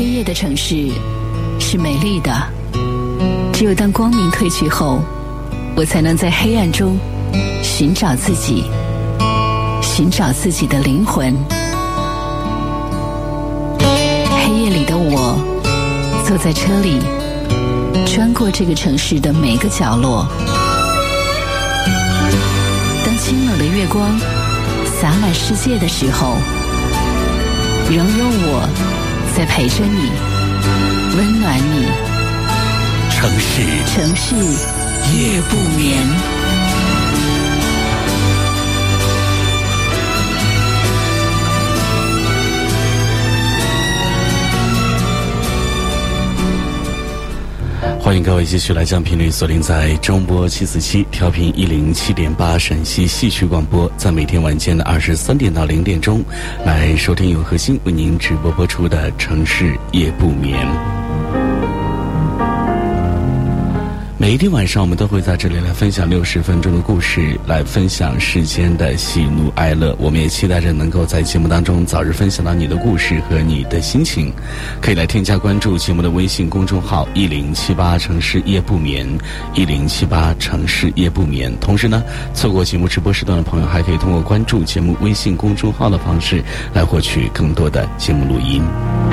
夜的城市是美丽的，只有当光明褪去后，我才能在黑暗中寻找自己，寻找自己的灵魂。黑夜里的我坐在车里，穿过这个城市的每个角落。当清冷的月光洒满世界的时候，仍有我在陪着你，温暖你。城市夜不眠。 欢迎各位继续来将频率锁定在中波747调频107.8陕西戏曲广播，在每天晚间的23点到0点钟来收听由何欣为您直播播出的城市夜不眠。每一天晚上我们都会在这里来分享60分钟的故事，来分享世间的喜怒哀乐。我们也期待着能够在节目当中早日分享到你的故事和你的心情。可以来添加关注节目的微信公众号1078城市夜不眠，1078城市夜不眠。同时呢，错过节目直播时段的朋友还可以通过关注节目微信公众号的方式来获取更多的节目录音。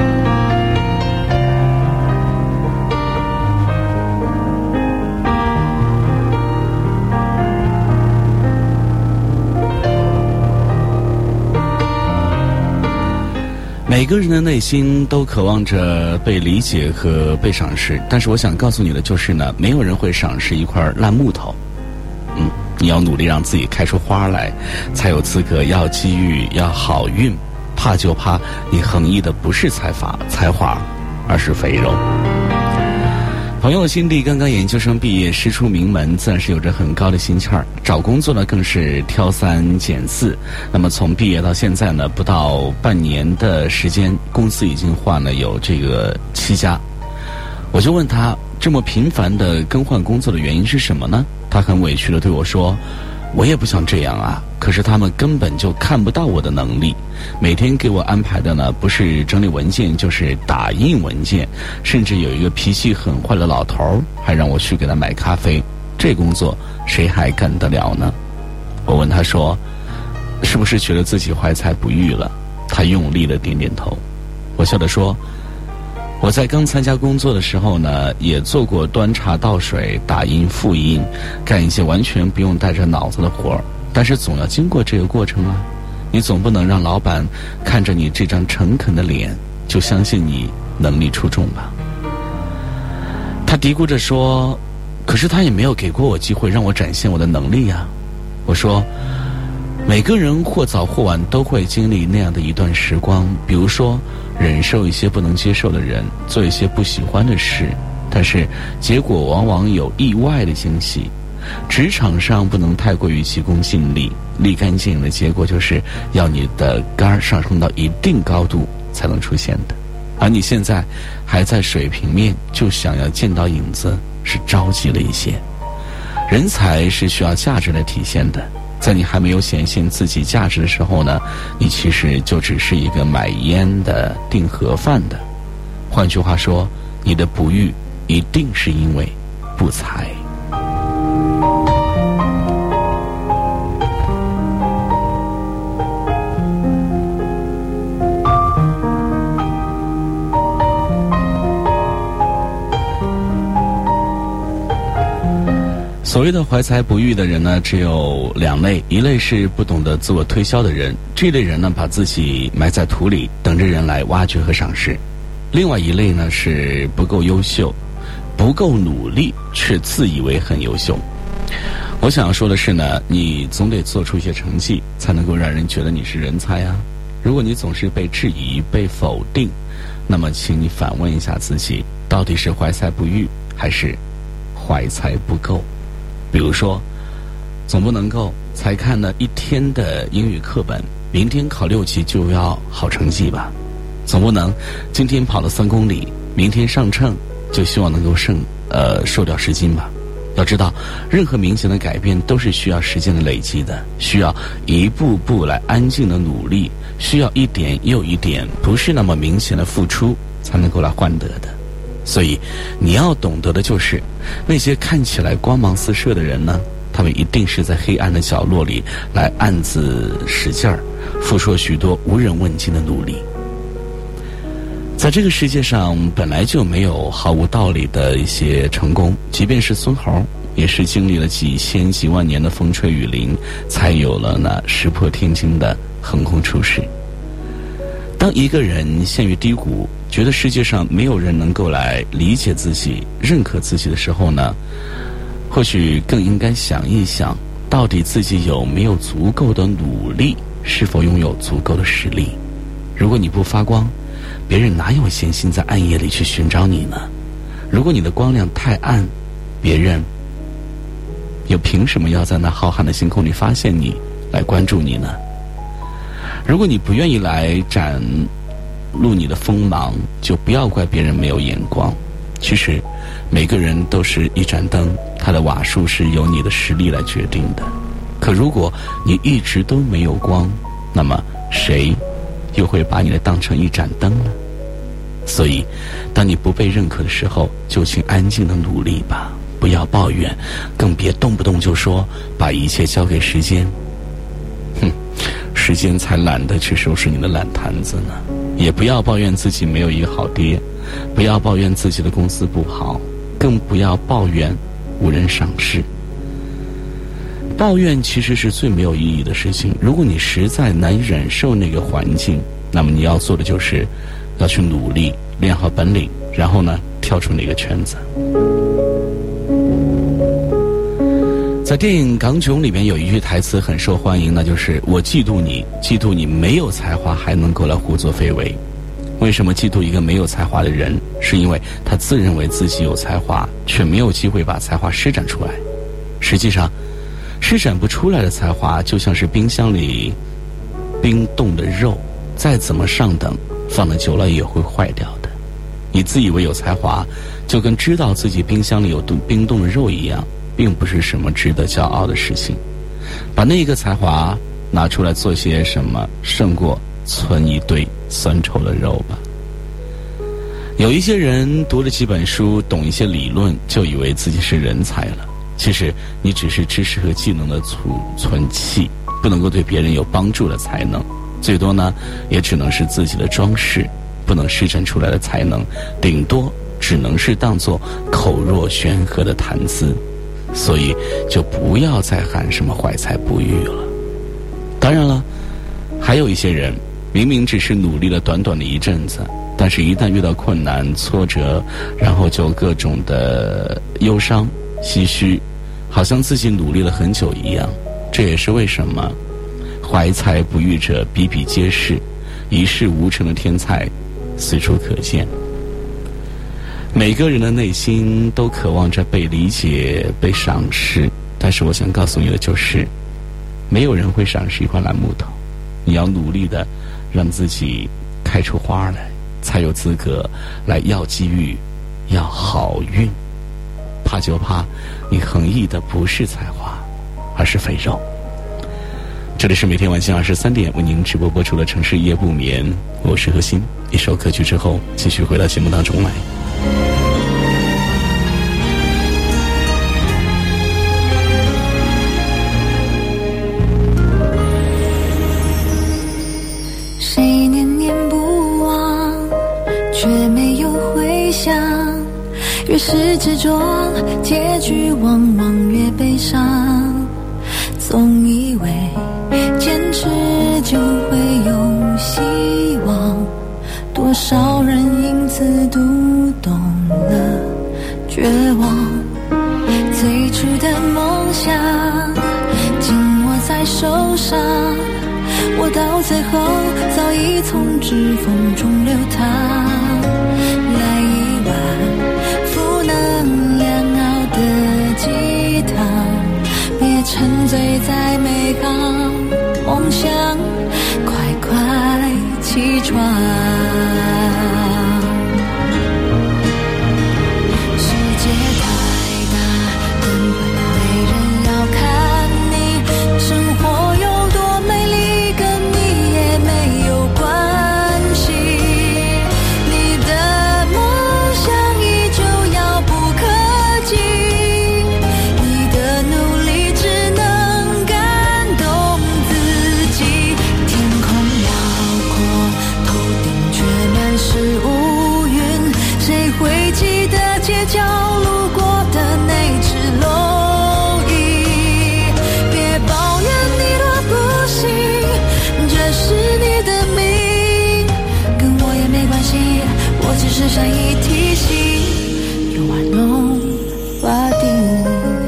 每个人的内心都渴望着被理解和被赏识，但是我想告诉你的就是呢，没有人会赏识一块烂木头。你要努力让自己开出花来，才有资格要机遇，要好运。怕就怕你横溢的不是才华，而是肥肉。朋友辛迪刚刚研究生毕业，师出名门，自然是有着很高的心气儿。找工作呢，更是挑3拣4。那么从毕业到现在呢，不到半年的时间，公司已经换了有这个7家。我就问他，这么频繁的更换工作的原因是什么呢？他很委屈的对我说，我也不想这样啊，可是他们根本就看不到我的能力。每天给我安排的呢，不是整理文件，就是打印文件，甚至有一个脾气很坏的老头还让我去给他买咖啡。这工作谁还干得了呢？我问他说，是不是觉得自己怀才不遇了？他用力的点点头。我笑着说，我在刚参加工作的时候呢，也做过端茶倒水、打印复印，干一些完全不用带着脑子的活儿，但是总要经过这个过程啊。你总不能让老板看着你这张诚恳的脸就相信你能力出众吧。他嘀咕着说，可是他也没有给过我机会让我展现我的能力啊。我说，每个人或早或晚都会经历那样的一段时光，比如说忍受一些不能接受的人，做一些不喜欢的事，但是结果往往有意外的惊喜。职场上不能太过于急功近利，立竿见影的结果就是要你的杆上升到一定高度才能出现的，而你现在还在水平面，就想要见到影子，是着急了一些。人才是需要价值来体现的，在你还没有显现自己价值的时候呢，你其实就只是一个买烟的、订盒饭的。换句话说，你的不遇一定是因为不才。所谓的怀才不遇的人呢，只有2类，一类是不懂得自我推销的人，这类人呢把自己埋在土里，等着人来挖掘和赏识；另外一类呢是不够优秀，不够努力，却自以为很优秀。我想要说的是呢，你总得做出一些成绩，才能够让人觉得你是人才啊。如果你总是被质疑、被否定，那么请你反问一下自己，到底是怀才不遇，还是怀才不够？比如说，总不能够才看了1天的英语课本，明天考6级就要好成绩吧？总不能今天跑了3公里，明天上秤就希望能够瘦掉10斤吧？ 要知道，任何明显的改变都是需要时间的累积的，需要一步步来安静的努力，需要一点又一点不是那么明显的付出才能够来换得的。所以你要懂得的就是，那些看起来光芒四射的人呢，他们一定是在黑暗的角落里来暗自使劲儿，付出许多无人问津的努力。在这个世界上本来就没有毫无道理的一些成功，即便是孙猴也是经历了几千几万年的风吹雨淋，才有了那石破天惊的横空出世。当一个人陷于低谷，觉得世界上没有人能够来理解自己、认可自己的时候呢，或许更应该想一想，到底自己有没有足够的努力，是否拥有足够的实力。如果你不发光，别人哪有闲心在暗夜里去寻找你呢？如果你的光亮太暗，别人又凭什么要在那浩瀚的星空里发现你，来关注你呢？如果你不愿意来展露你的锋芒，就不要怪别人没有眼光。其实每个人都是一盏灯，它的瓦数是由你的实力来决定的。可如果你一直都没有光，那么谁又会把你当成一盏灯呢？所以当你不被认可的时候，就请安静的努力吧，不要抱怨，更别动不动就说把一切交给时间。时间才懒得去收拾你的烂摊子呢。也不要抱怨自己没有一个好爹，不要抱怨自己的公司不好，更不要抱怨无人赏识。抱怨其实是最没有意义的事情。如果你实在难以忍受那个环境，那么你要做的就是要去努力练好本领，然后呢跳出那个圈子。在电影《港囧》里面有一句台词很受欢迎，那就是我嫉妒你，嫉妒你没有才华还能够来胡作非为。为什么嫉妒一个没有才华的人？是因为他自认为自己有才华，却没有机会把才华施展出来。实际上施展不出来的才华，就像是冰箱里冰冻的肉，再怎么上等，放得久了也会坏掉的。你自以为有才华，就跟知道自己冰箱里有冰冻的肉一样，并不是什么值得骄傲的事情。把那个才华拿出来做些什么，胜过存一堆酸臭的肉吧。有一些人读了几本书，懂一些理论，就以为自己是人才了。其实你只是知识和技能的储存器，不能够对别人有帮助的才能，最多呢也只能是自己的装饰，不能施展出来的才能，顶多只能是当作口若悬河的谈资。所以就不要再喊什么怀才不遇了。当然了，还有一些人明明只是努力了短短的一阵子，但是一旦遇到困难挫折，然后就各种的忧伤唏嘘，好像自己努力了很久一样。这也是为什么怀才不遇者比比皆是，一事无成的天才随处可见。每个人的内心都渴望着被理解、被赏识，但是我想告诉你的就是，没有人会赏识一块烂木头。你要努力的让自己开出花来，才有资格来要机遇、要好运。怕就怕你横溢的不是才华，而是肥肉。这里是每天晚上23点为您直播播出的城市夜不眠，我是何欣。一首歌曲之后，继续回到节目当中来。 谁念念不忘，却没有回响。越是执着，结局往往越悲伤。总以为坚持就会有希望，多少人因此读懂了绝望。最初的梦想紧握在手上，我到最后早已从指缝中流淌。来一碗负能量熬的鸡汤，别沉醉在美好梦想，快快起床。世界太大，等我只是善意提醒 You are nobody。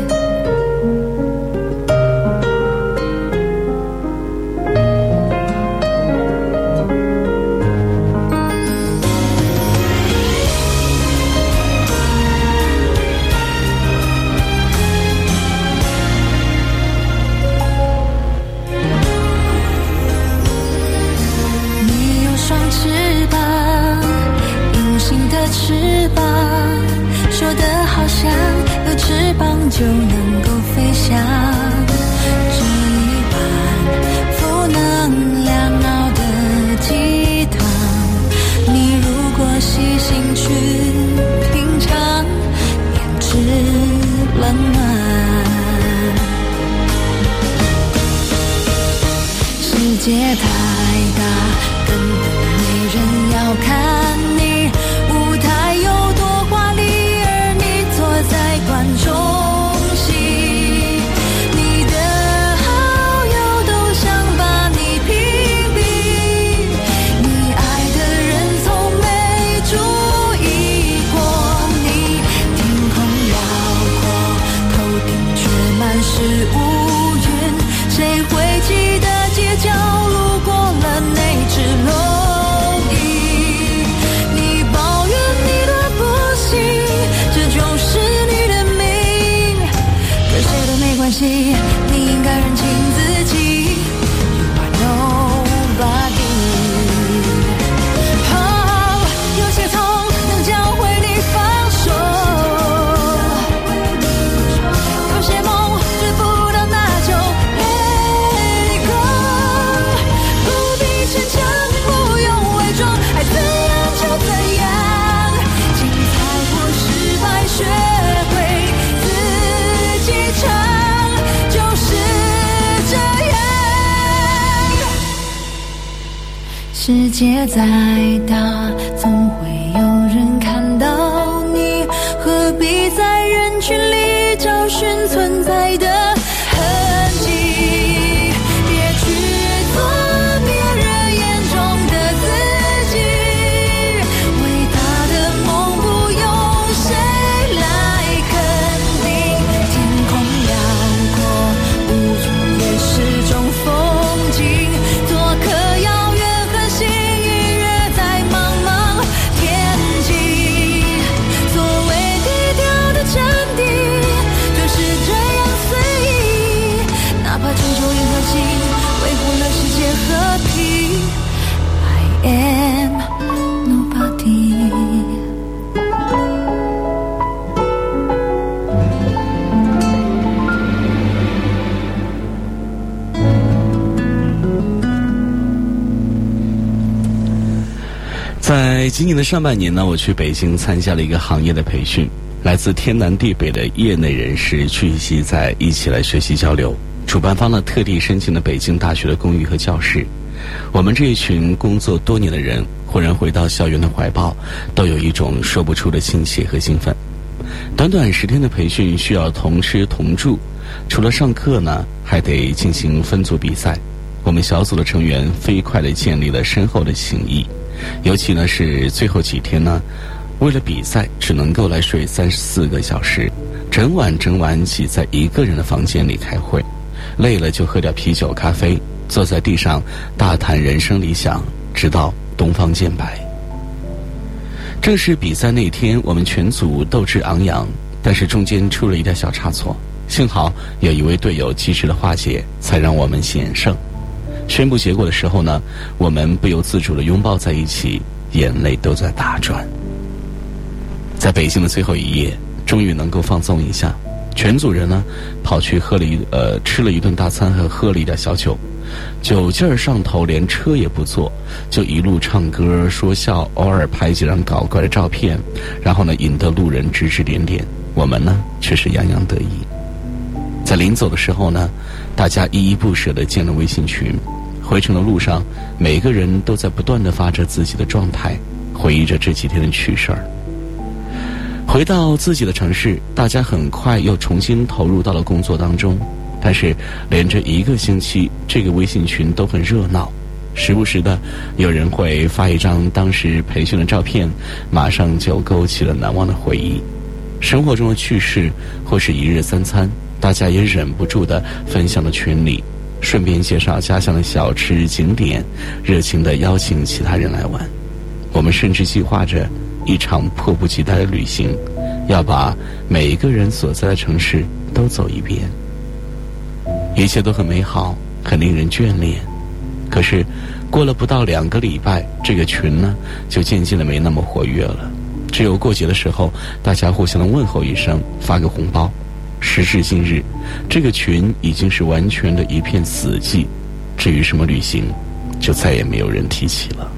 翅膀说得好像有翅膀就能够飞翔，这一碗负能量熬的鸡汤，你如果细心去品尝，编织冷暖。世界太大，根本没人要看你舞台有多华丽，而你坐在观众席，你的好友都想把你屏蔽，你爱的人从没注意过你，天空辽阔，头顶却满是乌云，谁会记得街角路过了那只龙？你应该认清自己 You are nobody。 有些痛能教会你放手，有些梦追不到那就 Let it go， 不必逞强，不用伪装，爱怎样就怎样，精彩或失败学会自己唱。世界再大，总会有人看到你，何必在人群里找寻存在的痕迹？别去做别人眼中的自己，伟大的梦不用谁来肯定，天空辽阔，乌云也是种风景，做可遥和平 I am nobody。 在今年的上半年呢，我去北京参加了一个行业的培训，来自天南地北的业内人士聚集在一起来学习交流。主办方呢特地申请了北京大学的公寓和教室，我们这一群工作多年的人忽然回到校园的怀抱，都有一种说不出的亲切和兴奋。短短10天的培训需要同吃同住，除了上课呢，还得进行分组比赛。我们小组的成员飞快地建立了深厚的情谊，尤其呢是最后几天呢，为了比赛只能够来睡34个小时，整晚挤在一个人的房间里开会，累了就喝点啤酒咖啡，坐在地上大谈人生理想，直到东方渐白。正式比赛那天，我们全组斗志昂扬，但是中间出了一点小差错，幸好有一位队友及时的化解，才让我们险胜。宣布结果的时候呢，我们不由自主地拥抱在一起，眼泪都在打转。在北京的最后一夜，终于能够放纵一下，全组人呢跑去吃了一顿大餐和喝了一点小酒，酒劲儿上头，连车也不坐，就一路唱歌说笑，偶尔拍几张搞怪的照片，然后呢引得路人指指点点，我们呢却是洋洋得意。在临走的时候呢，大家依依不舍地建了微信群，回程的路上每个人都在不断地发着自己的状态，回忆着这几天的趣事儿。回到自己的城市，大家很快又重新投入到了工作当中，但是连着1个星期，这个微信群都很热闹， 时不时的有人会发一张当时培训的照片，马上就勾起了难忘的回忆。生活中的趣事或是一日三餐，大家也忍不住的分享到群里，顺便介绍家乡的小吃景点，热情的邀请其他人来玩。我们甚至计划着一场迫不及待的旅行，要把每一个人所在的城市都走一遍。一切都很美好，很令人眷恋。可是过了不到2个礼拜，这个群呢就渐渐的没那么活跃了。只有过节的时候，大家互相的问候一声，发个红包。时至今日，这个群已经是完全的一片死寂。至于什么旅行，就再也没有人提起了。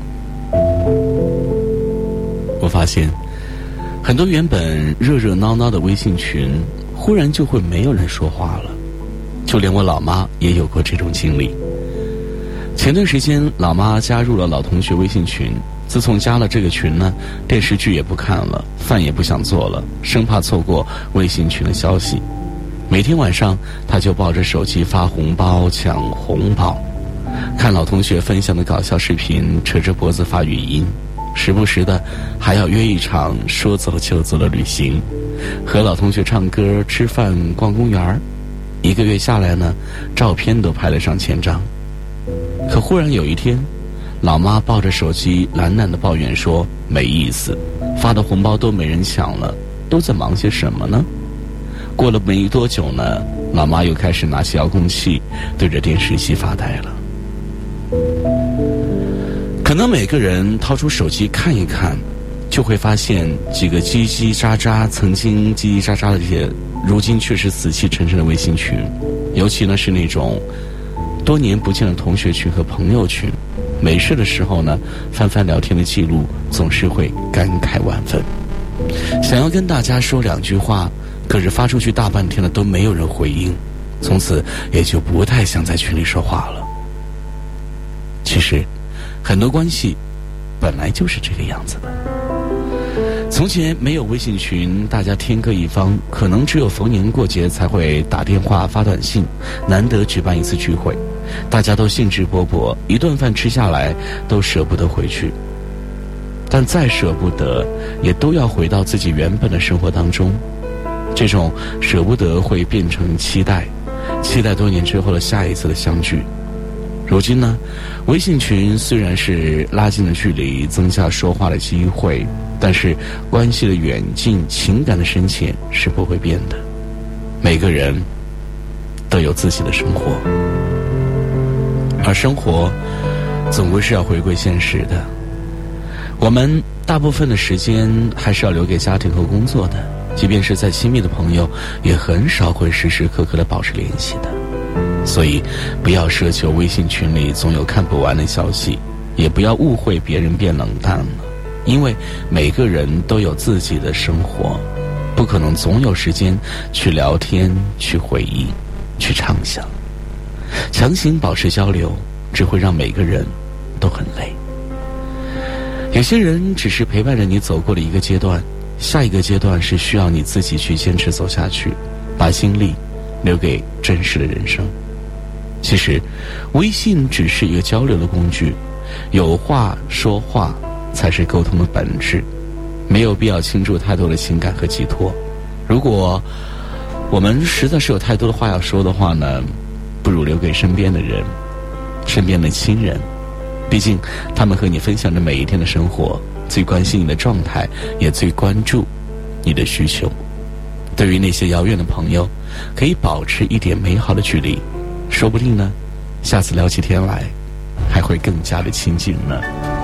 我发现很多原本热热闹闹的微信群，忽然就会没有人说话了。就连我老妈也有过这种经历。前段时间老妈加入了老同学微信群，自从加了这个群呢，电视剧也不看了，饭也不想做了，生怕错过微信群的消息。每天晚上她就抱着手机发红包抢红包，看老同学分享的搞笑视频，扯着脖子发语音，时不时的还要约一场说走就走的旅行，和老同学唱歌、吃饭、逛公园。1个月下来呢，照片都拍了上千张。可忽然有一天，老妈抱着手机懒懒地抱怨说没意思，发的红包都没人抢了，都在忙些什么呢？过了没多久呢，老妈又开始拿起遥控器对着电视机发呆了。可能每个人掏出手机看一看，就会发现几个叽叽喳喳，曾经叽叽喳喳的这些，如今却是死气沉沉的微信群。尤其呢是那种多年不见的同学群和朋友群，没事的时候呢，翻翻聊天的记录，总是会感慨万分。想要跟大家说2句话，可是发出去大半天了都没有人回应，从此也就不太想在群里说话了。其实很多关系本来就是这个样子的。从前没有微信群，大家天各一方，可能只有逢年过节才会打电话发短信，难得举办一次聚会，大家都兴致勃勃，一顿饭吃下来都舍不得回去。但再舍不得，也都要回到自己原本的生活当中。这种舍不得会变成期待，期待多年之后的下一次的相聚。如今呢，微信群虽然是拉近了距离，增加说话的机会，但是关系的远近、情感的深浅是不会变的。每个人都有自己的生活，而生活总归是要回归现实的。我们大部分的时间还是要留给家庭和工作的，即便是再亲密的朋友，也很少会时时刻刻的保持联系的。所以不要奢求微信群里总有看不完的消息，也不要误会别人变冷淡了，因为每个人都有自己的生活，不可能总有时间去聊天、去回忆、去畅想。强行保持交流，只会让每个人都很累。有些人只是陪伴着你走过了一个阶段，下一个阶段是需要你自己去坚持走下去，把精力留给真实的人生。其实微信只是一个交流的工具，有话说话才是沟通的本质，没有必要倾注太多的情感和寄托。如果我们实在是有太多的话要说的话呢，不如留给身边的人，身边的亲人，毕竟他们和你分享着每一天的生活，最关心你的状态，也最关注你的需求。对于那些遥远的朋友，可以保持一点美好的距离，说不定呢，下次聊起天来还会更加的亲近呢。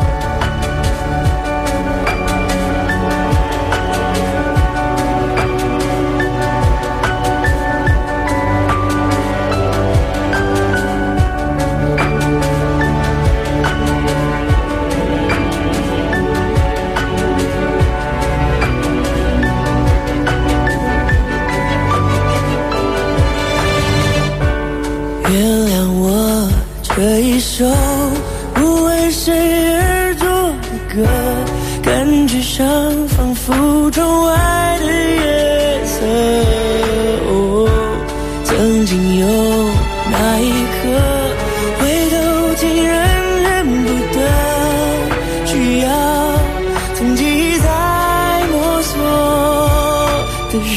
原谅我这一首不为谁而作的歌，感觉上仿佛窗外的夜色。曾经有那一刻，回头竟然人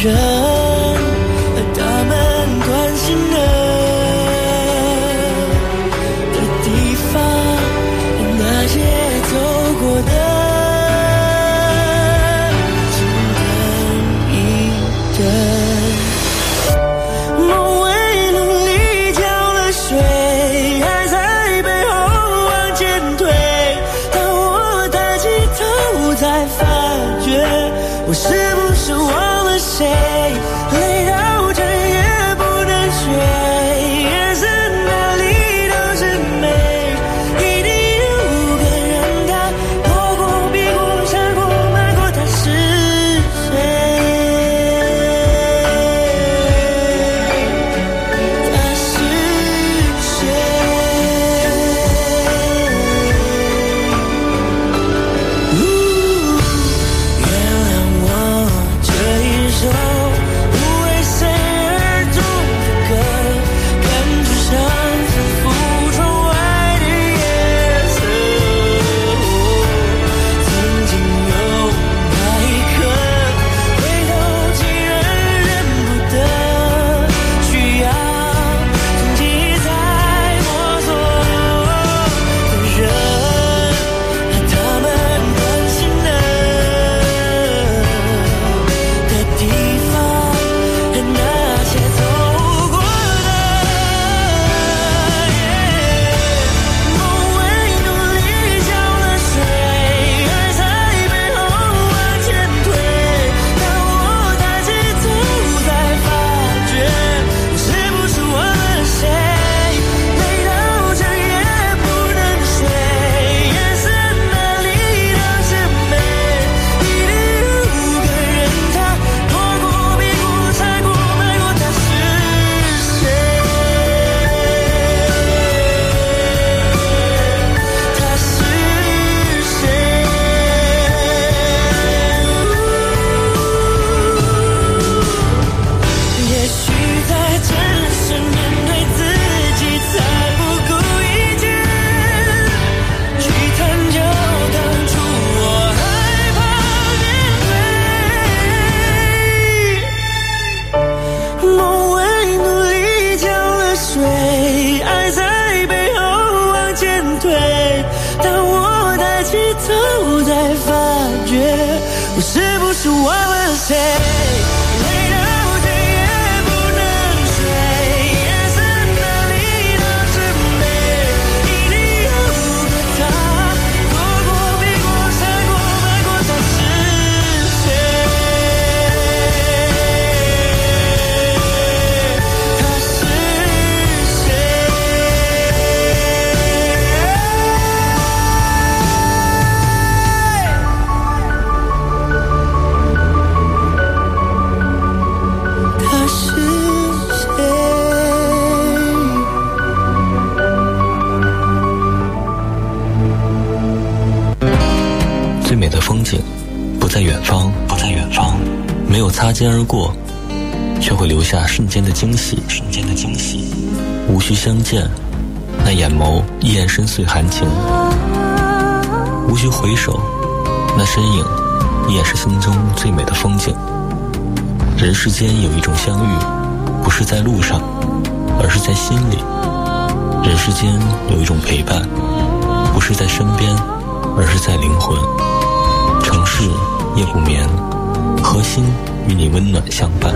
人和他们关心的地方，那些走过的请等一等。梦为努力浇了水，还在背后往前推，当我抬起头才发觉，我是不是忘了谁，累到这也不能睡，眼神哪里都是美，一定有个人他躲过避过闪过瞒过，他是谁，他是谁，原谅我这一首不为谁而作的歌，感觉像仿佛窗外的夜色，曾经有那一刻回头竟然认不得，需要重新再摸索的人和他们关心的地方，和那些走过的梦为努力浇了水，爱在背后往前推，当我抬起头才发觉，我是不是忘了谁，累到这也不能睡，眼神哪里都是美，一定有个人他躲过避过闪过瞒过，他是谁，他是谁，也许在真实面对自己才不顾一切，去探究当初我害怕面对，梦为努力浇了水，爱在背后往前推，当我抬起头才发觉，我是不是忘了谁，累到这也不能睡，眼神哪里都是美，一定有个他躲过避过闪过瞒过，他是谁，他是谁。他是谁？ 最美的风景不在远方，不在远方，没有擦肩而过，却会留下瞬间的惊喜，瞬间的惊喜。无需相见，那眼眸依然深邃含情；无需回首，那身影依然是心中最美的风景。人世间有一种相遇，不是在路上，而是在心里；人世间有一种陪伴，不是在身边，而是在灵魂。城市夜不眠，核心与你温暖相伴。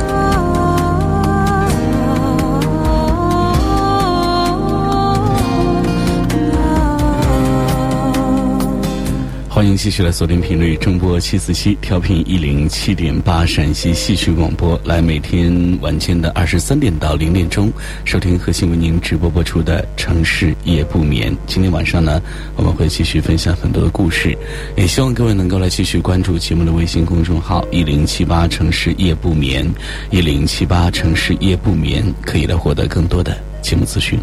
欢迎继续来锁定频率中波747调频107.8陕西戏曲广播，来每天晚间的23点到0点钟收听何欣为您直播播出的城市夜不眠。今天晚上呢，我们会继续分享很多的故事，也希望各位能够来继续关注节目的微信公众号1078城市夜不眠，1078城市夜不眠，可以来获得更多的节目资讯。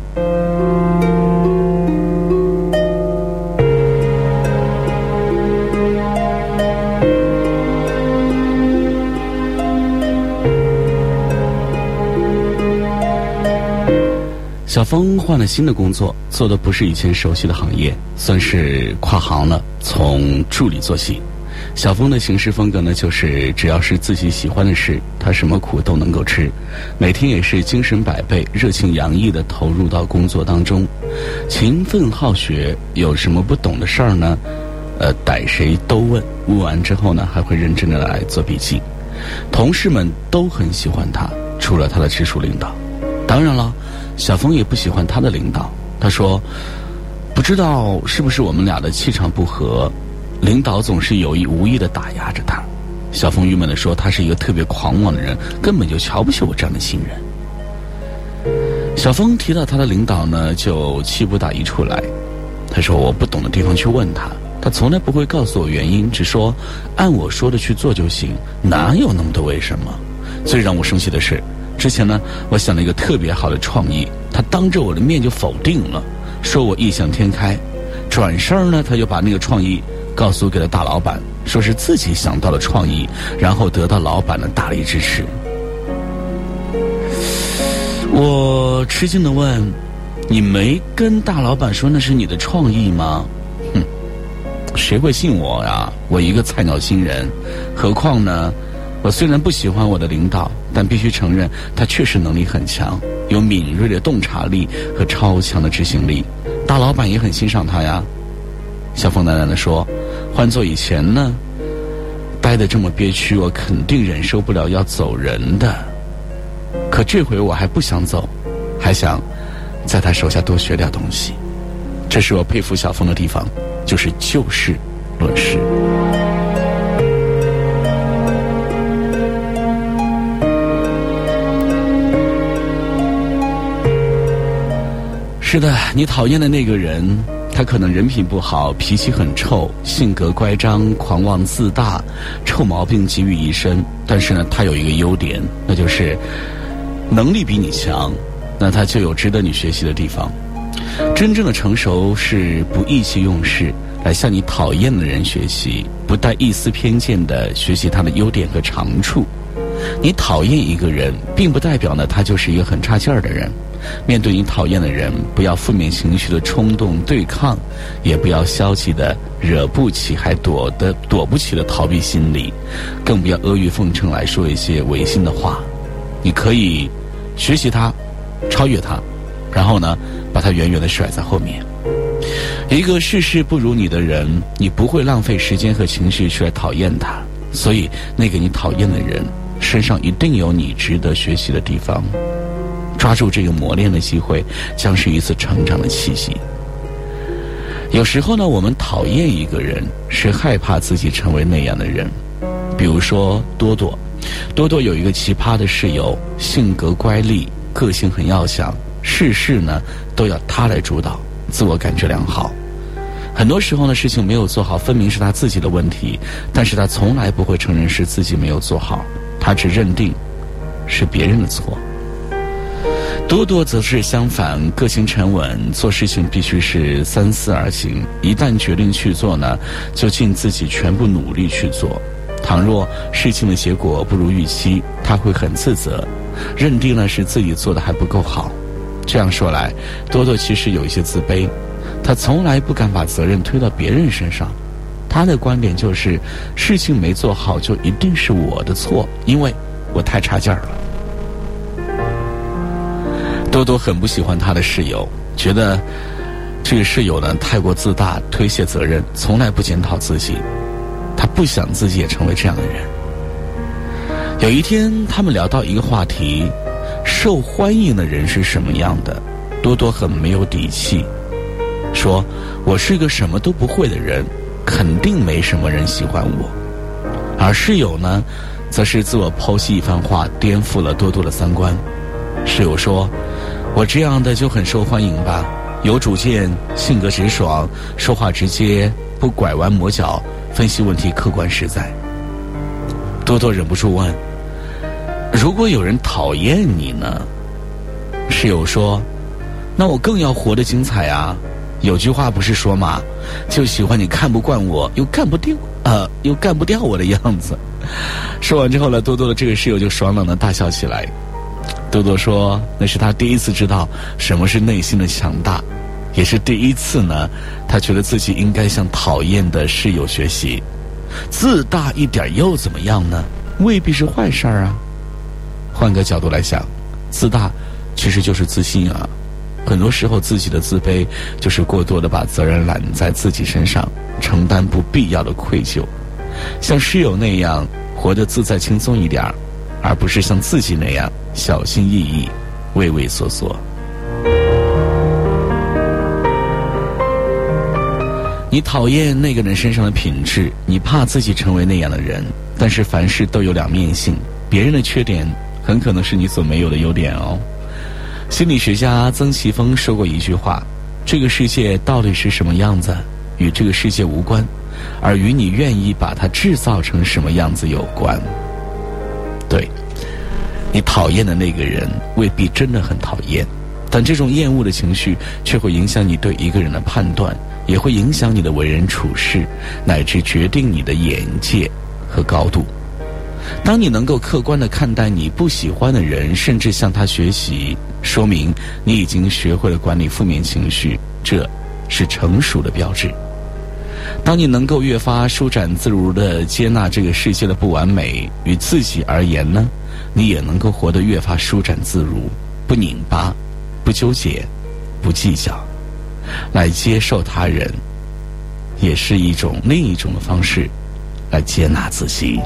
小峰换了新的工作，做的不是以前熟悉的行业，算是跨行了，从助理做起。 小峰的行事风格呢，就是只要是自己喜欢的事，他什么苦都能够吃，每天也是精神百倍、热情洋溢地投入到工作当中，勤奋好学。有什么不懂的事儿呢，逮谁都问，问完之后呢，还会认真的来做笔记。同事们都很喜欢他，除了他的直属领导。当然了，小峰也不喜欢他的领导。他说，不知道是不是我们俩的气场不合，领导总是有意无意地打压着他。小峰郁闷地说，他是一个特别狂妄的人，根本就瞧不起我这样的新人。小峰提到他的领导呢，就气不打一处来。他说，我不懂的地方去问他，他从来不会告诉我原因，只说按我说的去做就行，哪有那么多为什么。最让我生气的是，之前呢，我想了一个特别好的创意，他当着我的面就否定了，说我异想天开。转身呢，他就把那个创意告诉给了大老板，说是自己想到的创意，然后得到老板的大力支持。我吃惊地问，你没跟大老板说那是你的创意吗？哼，谁会信我呀？我一个菜鸟新人。何况呢，我虽然不喜欢我的领导，但必须承认他确实能力很强，有敏锐的洞察力和超强的执行力。大老板也很欣赏他呀。小峰喃喃地说，换做以前呢，待得这么憋屈，我肯定忍受不了要走人的。可这回我还不想走，还想在他手下多学点东西。这是我佩服小峰的地方，就是就事论事。是的，你讨厌的那个人，他可能人品不好，脾气很臭，性格乖张，狂妄自大，臭毛病集于一身。但是呢，他有一个优点，那就是能力比你强，那他就有值得你学习的地方。真正的成熟是不意气用事，来向你讨厌的人学习，不带一丝偏见的学习他的优点和长处。你讨厌一个人，并不代表呢他就是一个很差劲儿的人。面对你讨厌的人，不要负面情绪的冲动对抗，也不要消极的惹不起还躲不起的逃避心理，更不要阿谀奉承来说一些违心的话。你可以学习他，超越他，然后呢，把他远远地甩在后面。一个事事不如你的人，你不会浪费时间和情绪去来讨厌他，所以那个你讨厌的人身上一定有你值得学习的地方。抓住这个磨练的机会，将是一次成长的契机。有时候呢，我们讨厌一个人，是害怕自己成为那样的人。比如说多多有一个奇葩的室友，性格乖戾，个性很要强，事事呢都要他来主导，自我感觉良好。很多时候呢，事情没有做好，分明是他自己的问题，但是他从来不会承认是自己没有做好，他只认定是别人的错。多多则是相反，个性沉稳，做事情必须是三思而行，一旦决定去做呢，就尽自己全部努力去做。倘若事情的结果不如预期，他会很自责，认定了是自己做的还不够好。这样说来，多多其实有一些自卑，他从来不敢把责任推到别人身上。他的观点就是，事情没做好就一定是我的错，因为我太差劲儿了。多多很不喜欢他的室友，觉得这个室友呢太过自大，推卸责任，从来不检讨自己。他不想自己也成为这样的人。有一天，他们聊到一个话题，受欢迎的人是什么样的？多多很没有底气，说我是个什么都不会的人，肯定没什么人喜欢我。而室友呢，则是自我剖析一番话，颠覆了多多的三观。室友说，我这样的就很受欢迎吧，有主见，性格直爽，说话直接，不拐弯抹角，分析问题客观实在。多多忍不住问，如果有人讨厌你呢？室友说，那我更要活得精彩啊。有句话不是说嘛，就喜欢你看不惯我又干不掉我的样子。说完之后呢，多多的这个室友就爽朗的大笑起来。多多说，那是他第一次知道什么是内心的强大，也是第一次呢，他觉得自己应该向讨厌的室友学习。 自大一点又怎么样呢？未必是坏事啊。换个角度来想，自大其实就是自信啊。很多时候自己的自卑就是过多的把责任揽在自己身上，承担不必要的愧疚。像室友那样活得自在轻松一点，而不是像自己那样小心翼翼、畏畏缩缩。你讨厌那个人身上的品质，你怕自己成为那样的人，但是凡事都有两面性，别人的缺点很可能是你所没有的优点哦。心理学家曾奇峰说过一句话，这个世界到底是什么样子，与这个世界无关，而与你愿意把它制造成什么样子有关。对，你讨厌的那个人未必真的很讨厌，但这种厌恶的情绪却会影响你对一个人的判断，也会影响你的为人处事，乃至决定你的眼界和高度。当你能够客观地看待你不喜欢的人，甚至向他学习，说明你已经学会了管理负面情绪，这是成熟的标志。当你能够越发舒展自如地接纳这个世界的不完美，与自己而言呢，你也能够活得越发舒展自如，不拧巴，不纠结，不计较，来接受他人，也是另一种的方式来接纳自己。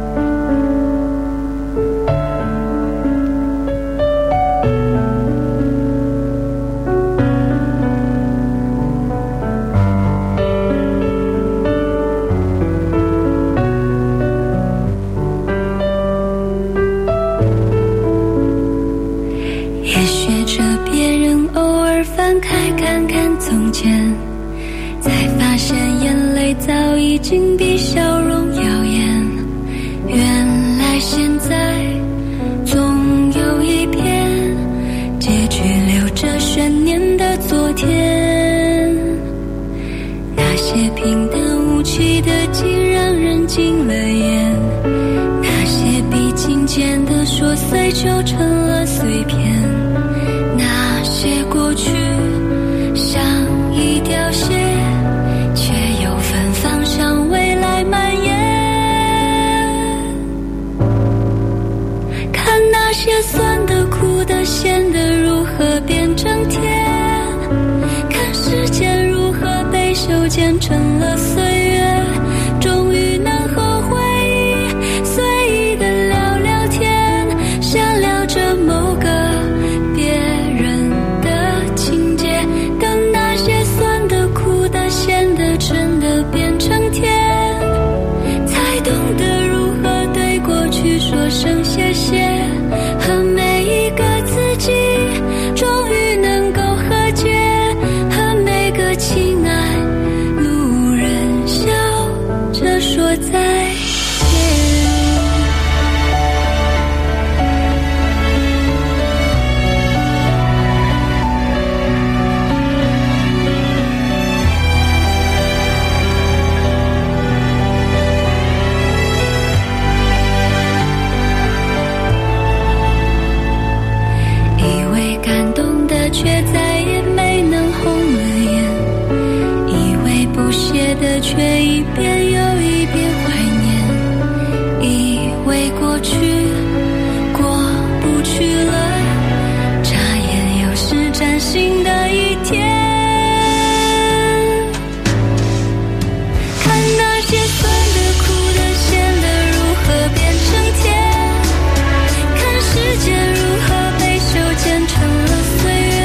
早已经比笑容耀眼，原来现在总有一片结局留着悬念的昨天，那些平淡无奇的竟让人惊了眼，那些笔尖间的琐碎就成了碎片，那些过去像一条线，向未来蔓延，看那些酸的苦的咸的如何变成甜，看时间如何被修剪成了岁月，终于能和回忆随意的聊聊天，想聊着某个别人的情节，等那些酸的苦的咸的真的变成说声谢谢，和每一个自己终于能够和解，和每个亲爱路人笑着说再见。却再也没能红了眼，以为不屑的却一遍又一遍怀念，以为过去过不去了，眨眼又是崭新的一天，看那些酸的苦的咸的如何变成甜，看时间如何被修剪成了岁月，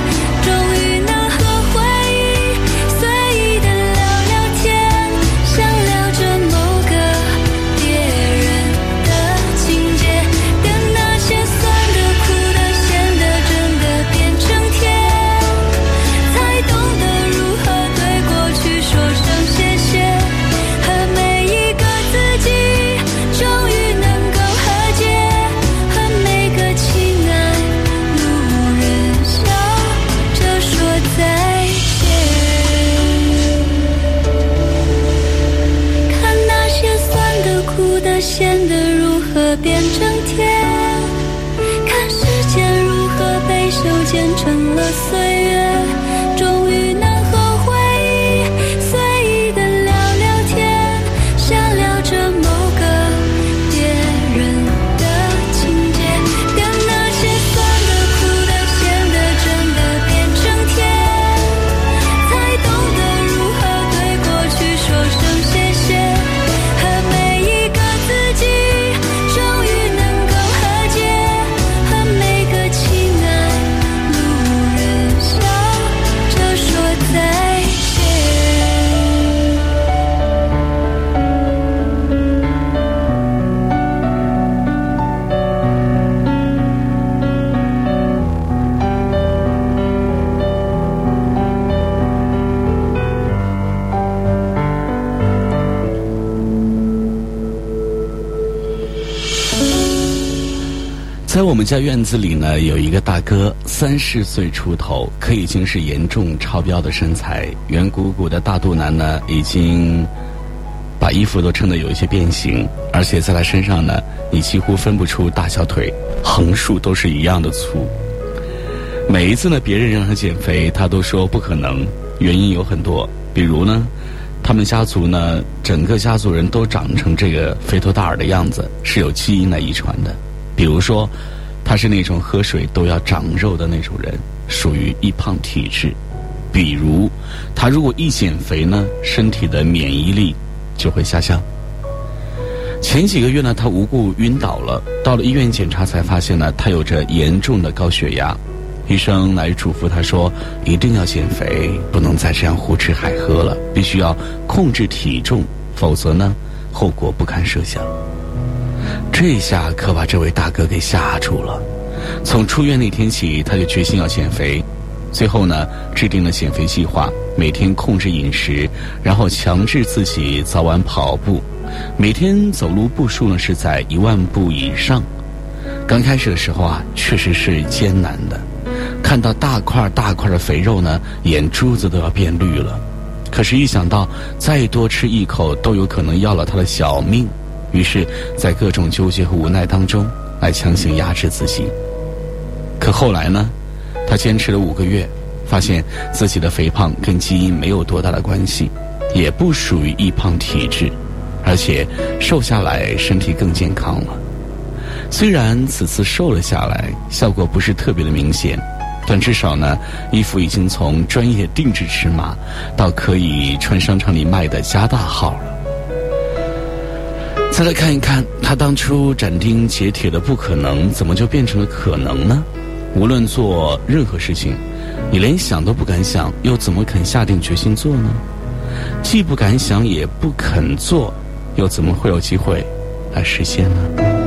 咸的如何变成甜，看时间如何被修剪成了岁月，终于能和回忆随意的聊聊天，想在我们家院子里呢，有一个大哥，30岁出头，可已经是严重超标的身材，圆鼓鼓的大肚腩呢，已经把衣服都撑得有一些变形，而且在他身上呢，你几乎分不出大小腿，横竖都是一样的粗。每一次呢，别人让他减肥，他都说不可能，原因有很多，比如呢，他们家族呢，整个家族人都长成这个肥头大耳的样子，是有基因来遗传的。比如说，他是那种喝水都要长肉的那种人，属于易胖体质。比如，他如果一减肥呢，身体的免疫力就会下降。前几个月呢，他无故晕倒了，到了医院检查才发现呢，他有着严重的高血压。医生来嘱咐他说，一定要减肥，不能再这样胡吃海喝了，必须要控制体重，否则呢，后果不堪设想。这下可把这位大哥给吓住了。从出院那天起，他就决心要减肥。最后呢，制定了减肥计划，每天控制饮食，然后强制自己早晚跑步，每天走路步数呢是在1万步以上。刚开始的时候啊，确实是艰难的，看到大块大块的肥肉呢，眼珠子都要变绿了。可是，一想到再多吃一口都有可能要了他的小命，于是，在各种纠结和无奈当中，来强行压制自己。可后来呢，他坚持了5个月，发现自己的肥胖跟基因没有多大的关系，也不属于易胖体质，而且瘦下来身体更健康了。虽然此次瘦了下来，效果不是特别的明显，但至少呢，衣服已经从专业定制尺码到可以穿商场里卖的加大号了。再来看一看，他当初斩钉截铁的不可能，怎么就变成了可能呢？无论做任何事情，你连想都不敢想，又怎么肯下定决心做呢？既不敢想，也不肯做，又怎么会有机会来实现呢？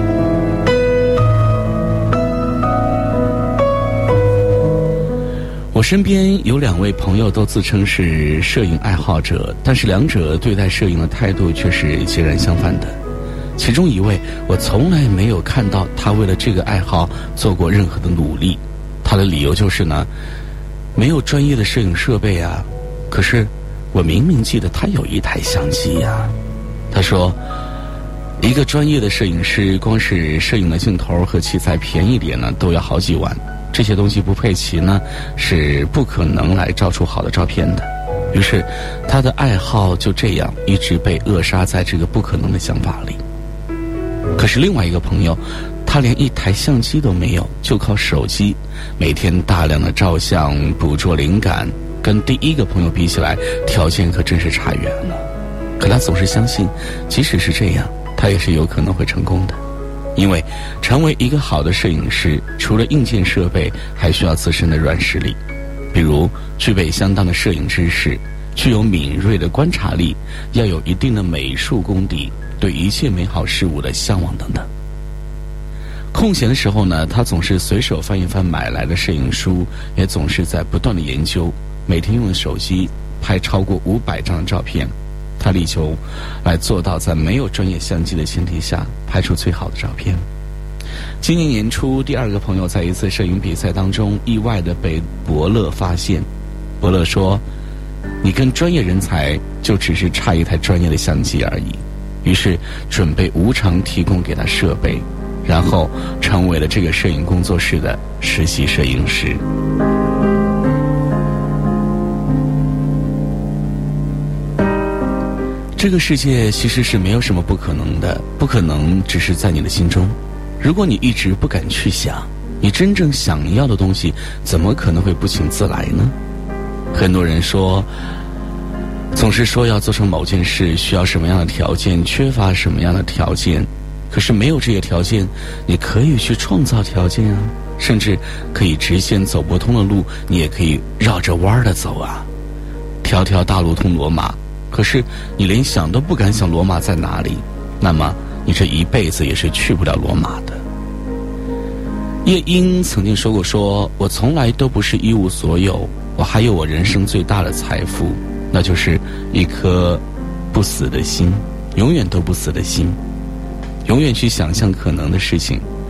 我身边有2位朋友都自称是摄影爱好者，但是两者对待摄影的态度却是截然相反的。其中一位，我从来没有看到他为了这个爱好做过任何的努力。他的理由就是呢，没有专业的摄影设备啊。可是我明明记得他有一台相机啊。他说，一个专业的摄影师，光是摄影的镜头和器材便宜点呢，都要好几万。这些东西不配齐呢，是不可能来照出好的照片的。于是，他的爱好就这样一直被扼杀在这个不可能的想法里。可是另外一个朋友，他连一台相机都没有，就靠手机，每天大量的照相，捕捉灵感，跟第一个朋友比起来，条件可真是差远了。可他总是相信，即使是这样，他也是有可能会成功的。因为成为一个好的摄影师，除了硬件设备，还需要自身的软实力，比如具备相当的摄影知识，具有敏锐的观察力，要有一定的美术功底，对一切美好事物的向往等等。空闲的时候呢，他总是随手翻一翻买来的摄影书，也总是在不断的研究，每天用手机拍超过500张的照片。他力求来做到在没有专业相机的前提下拍出最好的照片。今年年初，第2个朋友在一次摄影比赛当中意外的被伯乐发现。伯乐说，你跟专业人才就只是差一台专业的相机而已。于是准备无偿提供给他设备，然后成为了这个摄影工作室的实习摄影师。这个世界其实是没有什么不可能的，不可能只是在你的心中。如果你一直不敢去想，你真正想要的东西怎么可能会不请自来呢？很多人总是说要做成某件事需要什么样的条件，缺乏什么样的条件。可是没有这些条件，你可以去创造条件啊，甚至可以直线走不通的路，你也可以绕着弯的走啊。条条大路通罗马，可是你连想都不敢想罗马在哪里，那么你这一辈子也是去不了罗马的。夜莺曾经说过，我从来都不是一无所有，我还有我人生最大的财富，那就是一颗不死的心，永远都不死的心，永远去想象可能的事情，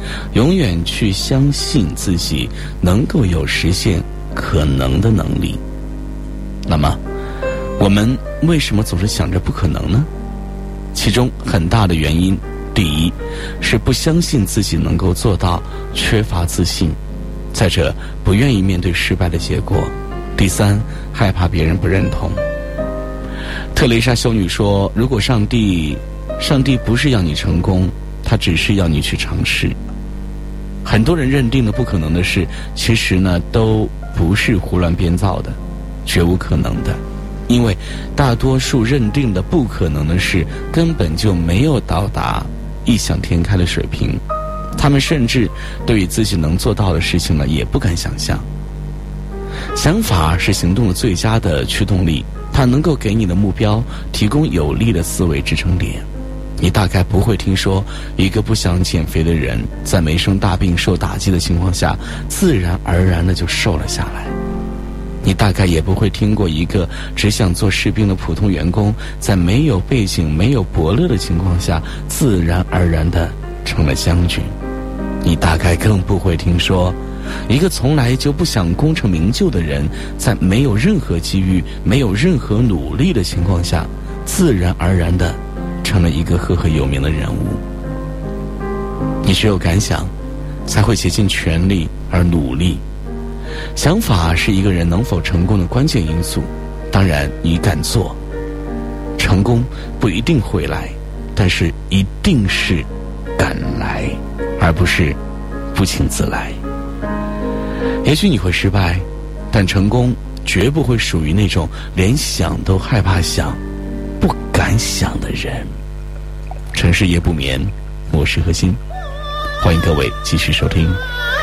永远去相信自己能够有实现可能的能力。那么我们为什么总是想着不可能呢？其中很大的原因，第一是不相信自己能够做到，缺乏自信；再者不愿意面对失败的结果；第三，害怕别人不认同。特蕾莎修女说，如果上帝不是要你成功，他只是要你去尝试。很多人认定的不可能的事，其实呢都不是胡乱编造的，绝无可能的。因为大多数认定的不可能的事，根本就没有到达异想天开的水平，他们甚至对于自己能做到的事情呢，也不敢想象。想法是行动的最佳的驱动力，它能够给你的目标提供有力的思维支撑点。你大概不会听说一个不想减肥的人，在没生大病受打击的情况下，自然而然的就瘦了下来。你大概也不会听过一个只想做士兵的普通员工，在没有背景没有伯乐的情况下，自然而然的成了将军。你大概更不会听说一个从来就不想功成名就的人，在没有任何机遇没有任何努力的情况下，自然而然的成了一个赫赫有名的人物。你只有敢想，才会竭尽全力而努力。想法是一个人能否成功的关键因素。当然你敢做，成功不一定会来，但是一定是敢来，而不是不请自来。也许你会失败，但成功绝不会属于那种连想都害怕想、不敢想的人。城市夜不眠，我是何欣，欢迎各位继续收听。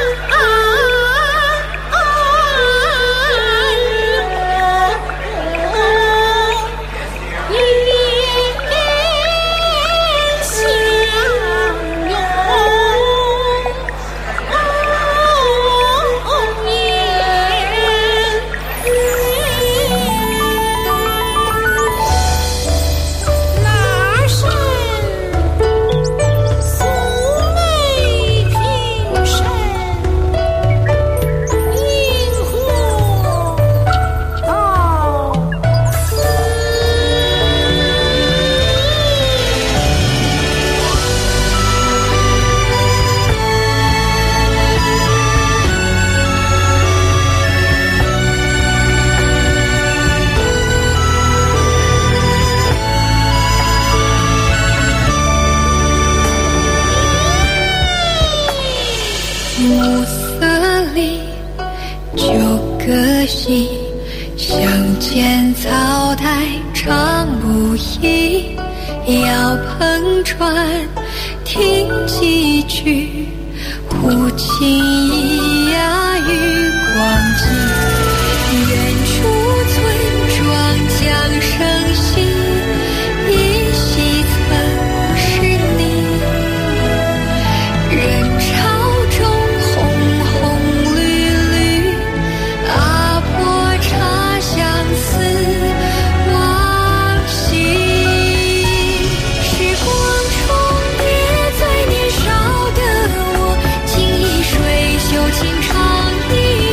暮色里9个夕，相见草台唱不已，要篷船听几句，忽轻移呀余光际，远处村庄江声息，依稀曾是你。人潮中红红绿绿，阿婆茶相思往昔。时光重叠在年少的我，今已水袖情长一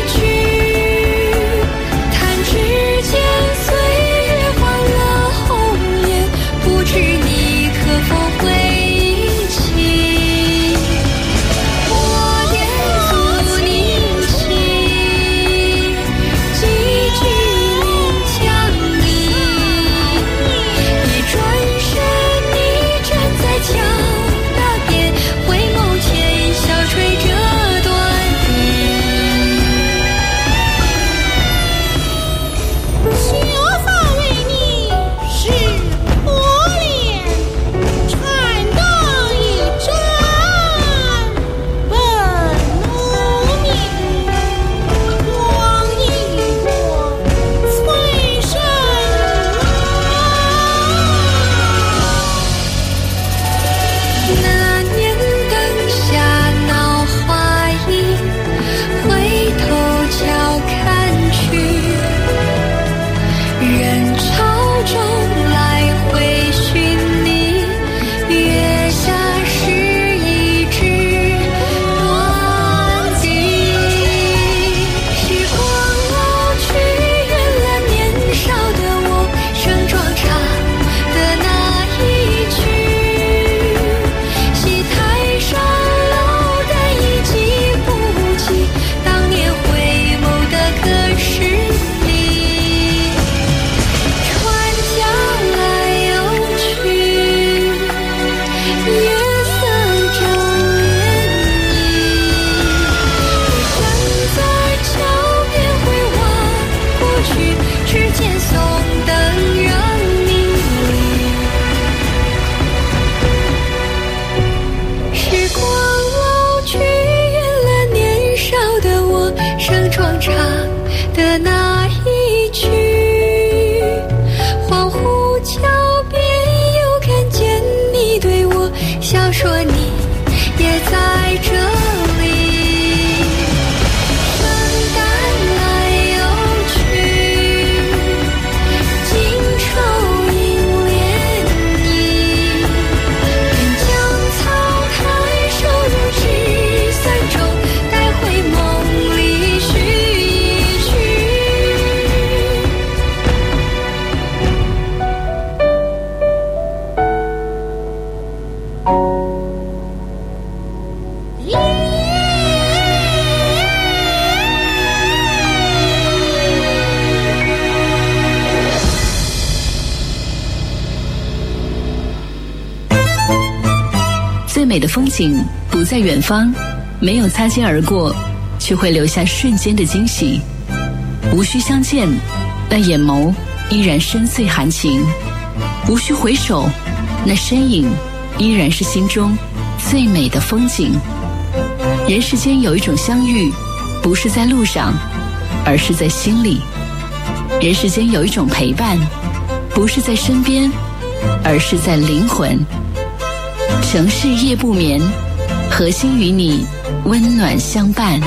的那一句，恍惚桥边又看见你对我笑，说你也在这里。圣诞来又去，今朝迎涟漪，愿将草开收入纸伞中，带回梦里续一句。 最美的风景不在远方，没有擦肩而过，却会留下瞬间的惊喜。无需相见，但眼眸依然深邃含情；无需回首，那身影依然是心中最美的风景。人世间有一种相遇，不是在路上，而是在心里；人世间有一种陪伴，不是在身边，而是在灵魂。城市夜不眠，核心与你温暖相伴。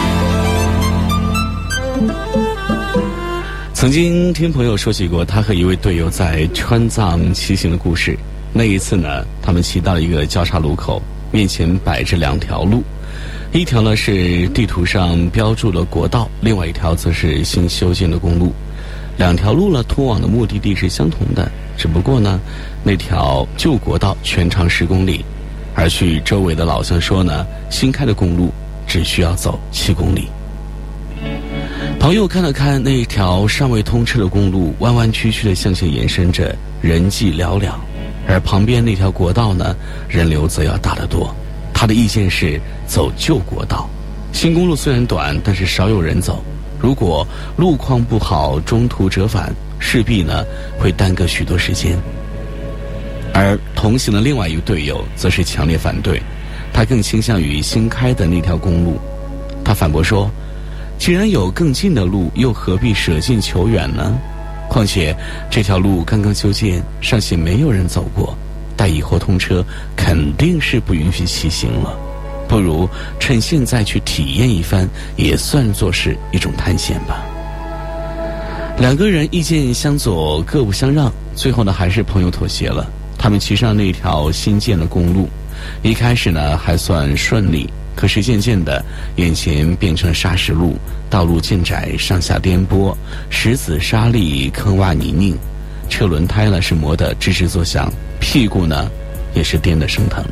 曾经听朋友说起过他和一位队友在川藏骑行的故事。那一次呢，他们骑到了一个交叉路口，面前摆着两条路，一条呢是地图上标注的国道，另外一条则是新修建的公路。两条路呢通往的目的地是相同的，只不过呢那条旧国道全长10公里，而据周围的老乡说呢，新开的公路只需要走7公里。朋友看了看那条尚未通车的公路，弯弯曲曲的向前延伸着，人迹寥寥，而旁边那条国道呢，人流则要大得多。他的意见是走旧国道，新公路虽然短，但是少有人走，如果路况不好，中途折返，势必呢会耽搁许多时间。而同行的另外一个队友则是强烈反对，他更倾向于新开的那条公路。他反驳说，既然有更近的路，又何必舍近求远呢？况且这条路刚刚修建，尚且没有人走过，待以后通车肯定是不允许骑行了，不如趁现在去体验一番，也算作是一种探险吧。两个人意见相左，各不相让，最后呢还是朋友妥协了。他们骑上那条新建的公路，一开始呢还算顺利，可是渐渐的眼前变成砂石路，道路渐窄，上下颠簸，石子沙砾，坑洼泥泞，车轮胎呢是磨得吱吱作响，屁股呢也是颠得生疼。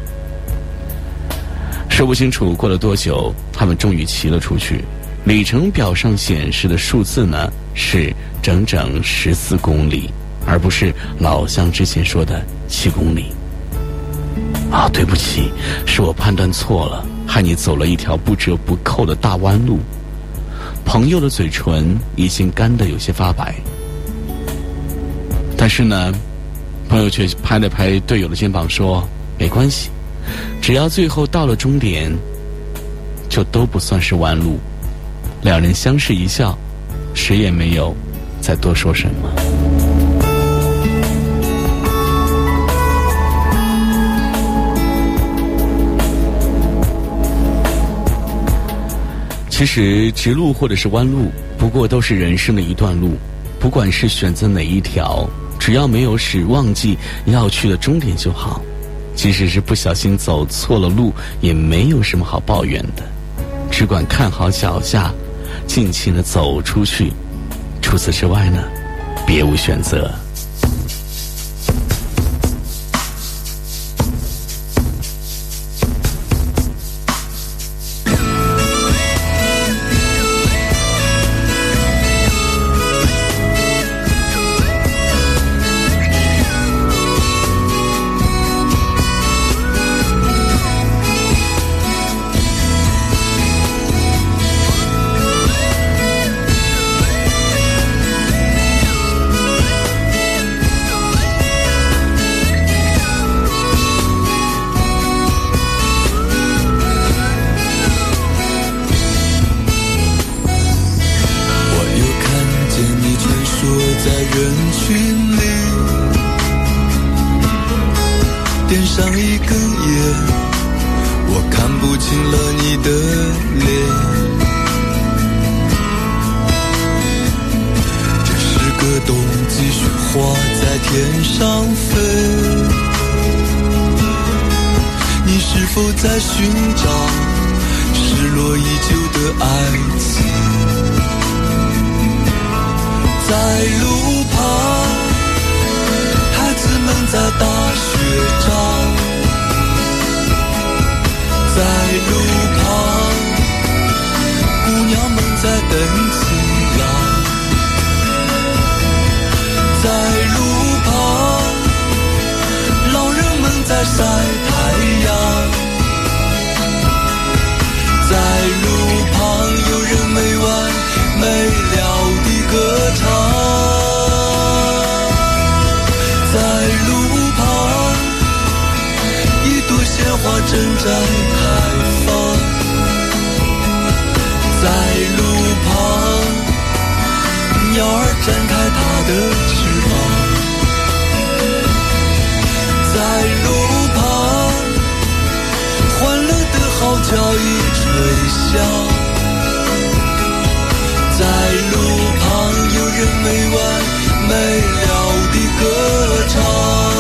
说不清楚过了多久，他们终于骑了出去，里程表上显示的数字呢是整整14公里，而不是老乡之前说的7公里。对不起，是我判断错了，害你走了一条不折不扣的大弯路。朋友的嘴唇已经干得有些发白，但是呢，朋友却拍了拍队友的肩膀说，没关系，只要最后到了终点，就都不算是弯路。两人相视一笑，谁也没有再多说什么。其实直路或者是弯路，不过都是人生的一段路，不管是选择哪一条，只要没有使忘记要去的终点就好。即使是不小心走错了路，也没有什么好抱怨的，只管看好脚下，尽情地走出去。除此之外呢，别无选择。 亲了你的脸。这是个冬季雪花在天上飞，你是否在寻找失落已久的爱情？在路旁，孩子们在打雪仗，在路旁，姑娘们在等情郎，在路旁，老人们在晒太阳，在路旁，有人没完没了地歌唱，在路旁，一朵鲜花正在开放，在路旁，鸟儿展开它的翅膀，在路旁，欢乐的号角已吹响，在路旁，有人没完没了地歌唱。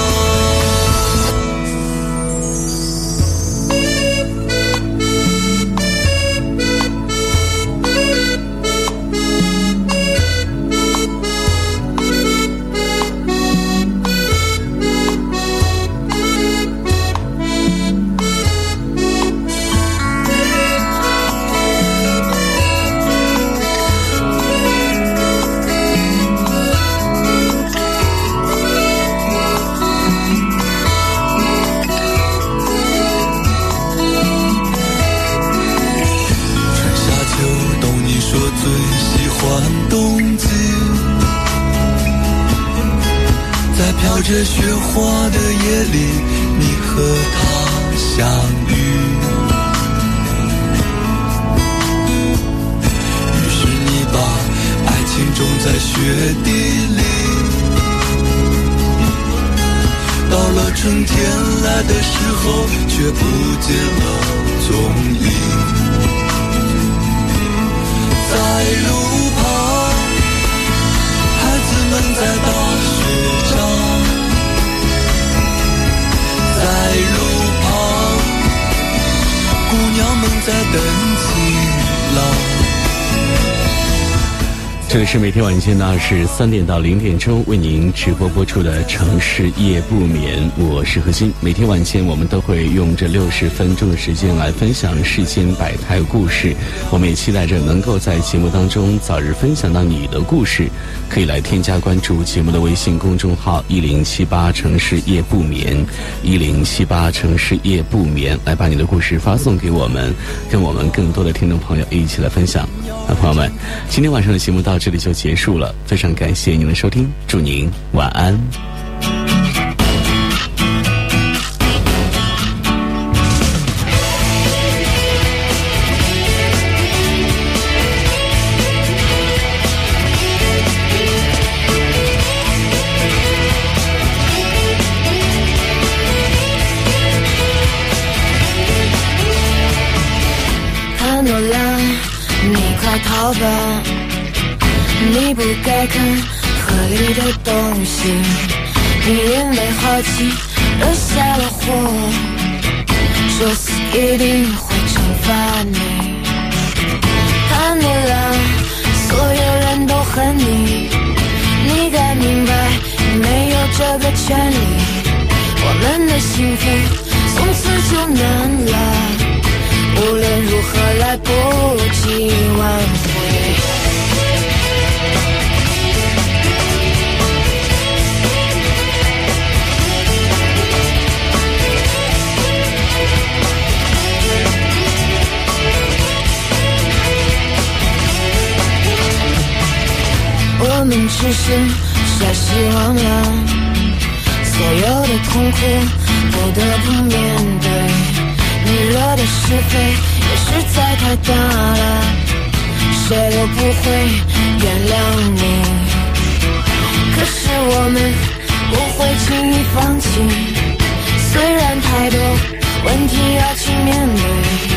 飘着雪花的夜里，你和他相遇，于是你把爱情种在雪地里，到了春天来的时候，却不见了踪影。在路旁，孩子们在打雪仗，在路旁，姑娘们在等情郎。 这里是每天晚间的23点到0点钟为您直播播出的城市夜不眠，我是何欣。每天晚间我们都会用这60分钟的时间来分享世间百态故事，我们也期待着能够在节目当中早日分享到你的故事。可以来添加关注节目的微信公众号1078城市夜不眠，1078城市夜不眠，来把你的故事发送给我们，跟我们更多的听众朋友一起来分享。那朋友们，今天晚上的节目到这里就结束了，非常感谢您的收听，祝您晚安。 逃吧，你不该看河里的东西，你因为好奇惹下了祸，说死一定会惩罚你。潘多拉，所有人都恨你，你该明白你没有这个权利，我们的幸福从此就难了，无论如何来不及挽回。我们只是傻希望了，所有的痛苦不得不面对，你惹的是非也实在太大了，谁都不会原谅你。可是我们不会轻易放弃，虽然太多问题要去面对，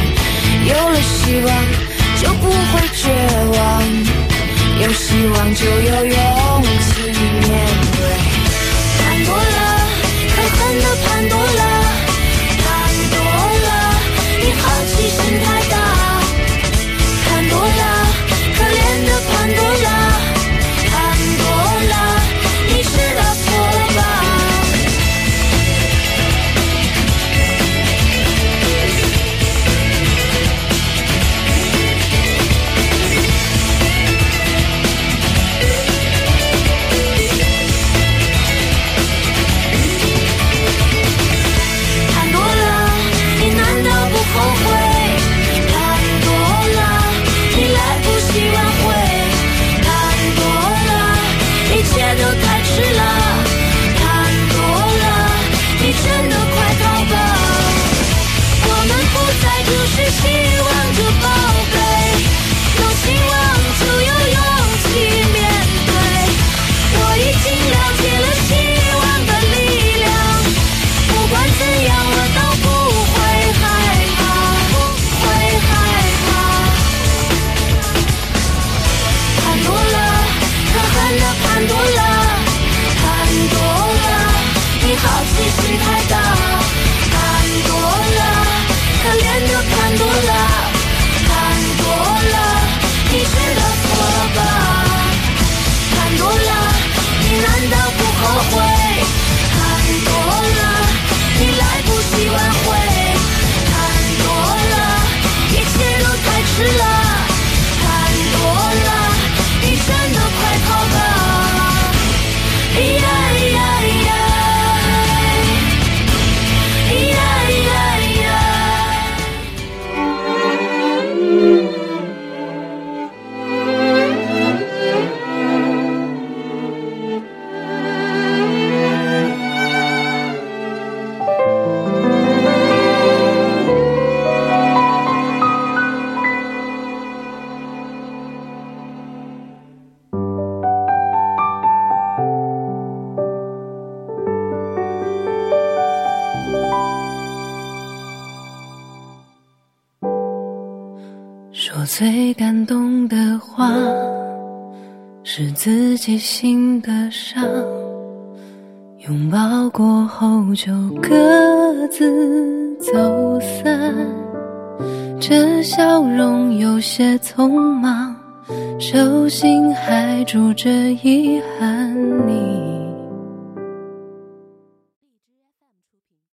说最感动的话是自己心的伤，拥抱过后就各自走散，这笑容有些匆忙，手心还住着遗憾，你